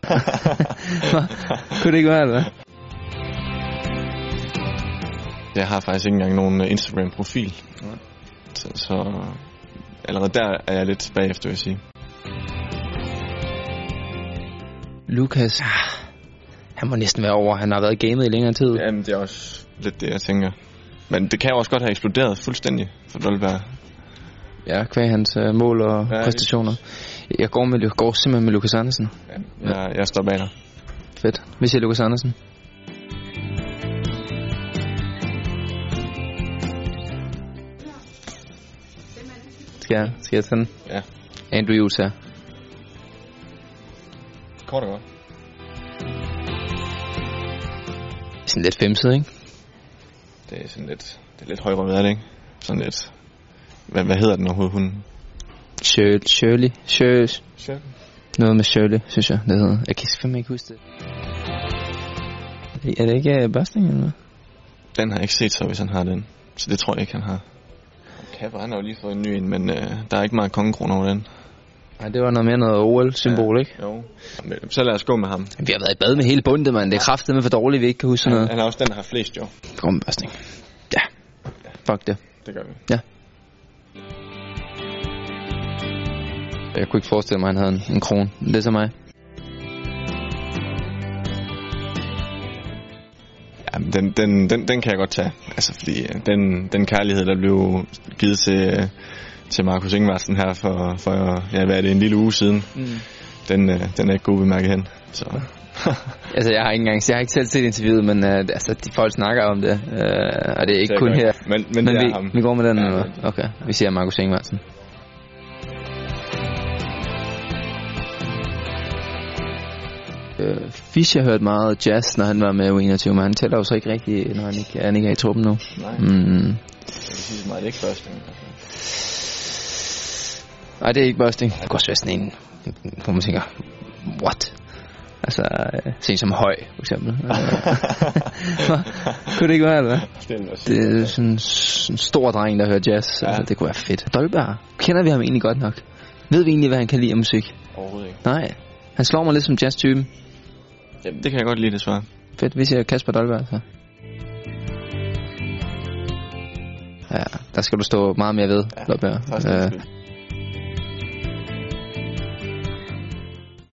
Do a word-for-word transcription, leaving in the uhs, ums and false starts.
Kunne det ikke være, eller? Jeg har faktisk ikke engang nogen Instagram-profil. Så, så allerede der er jeg lidt bagefter, vil jeg sige. Lukas, han må næsten være over. Han har været i gamet i længere tid. Jamen, det er også lidt det, jeg tænker. Men det kan jo også godt have eksploderet fuldstændig for Dolberg. Ja, kvæg hans uh, mål og ja, præstationer. Jeg går, med, jeg går simpelthen med Lukas Andersen. Ja, jeg, jeg står bag dig. Fedt. Vi siger Lukas Andersen. Skal jeg, skal jeg tage den? Ja. Andrew Hughes her. Kort og godt. Sådan lidt femset, ikke? Det er sådan lidt, det er lidt højrøvet, er det ikke? Sådan lidt. Hvad, hvad hedder den overhovedet, hun? Shirley. Shirley. Shirley. Shirley. Noget med Shirley, synes jeg, det hedder. Jeg kan fandme ikke huske det. Er det ikke uh, Børsting eller noget? Den har jeg ikke set så, hvis han har den. Så det tror jeg ikke, han har. Kapper, han har jo lige fået en ny en, men uh, der er ikke meget kongekrone over den. Nej, det var noget mere noget O L-symbol, ja, ikke? Jo. Jamen, så lad os gå med ham. Vi har været i bad med hele bundet, mand. Det er kraftedeme for dårligt, vi ikke kan huske han, noget. Han har også den, der har flest, jo. Kom med Børsting. Ja. ja. Fuck det. Det gør vi. Ja. Jeg kunne ikke forestille mig, at han havde en, en krone. Det er så mig. Ja, den, den, den, den kan jeg godt tage. Altså, fordi den, den kærlighed, der blev givet til, til Marcus Ingvartsen her for, for ja, hvad er det, en lille uge siden, mm. den, den er ikke god bemærket hen. Så. Altså, jeg har ikke engang, jeg har ikke selv set interviewet, men uh, altså, de folk snakker om det, uh, og det er ikke det er kun her. Men, men, men det vi, er ham. Vi går med den, ja, eller? Okay, vi siger Marcus Ingvartsen. Uh, Fischer hørte meget jazz, når han var med U enogtyve, men han tæller jo så ikke rigtigt, når han ikke, han ikke er i truppen nu. Nej, mm. det er meget ikke Børsting. Nej, det er ikke Børsting. Det går også være sådan en, hvor man tænker, what? Altså, uh, se som Høj, for eksempel. Kunne det ikke være, eller? Det er sådan en stor dreng, der hører jazz. Ja. Altså, det kunne være fedt. Dolberg, kender vi ham egentlig godt nok? Ved vi egentlig, hvad han kan lide af musik? Overhovedet ikke. Nej, han slår mig lidt som jazz-typen. Jamen, det kan jeg godt lide, det svar. Fedt, vi siger Kasper Dolberg, så. Ja, der skal du stå meget mere ved, ja, Dolberg.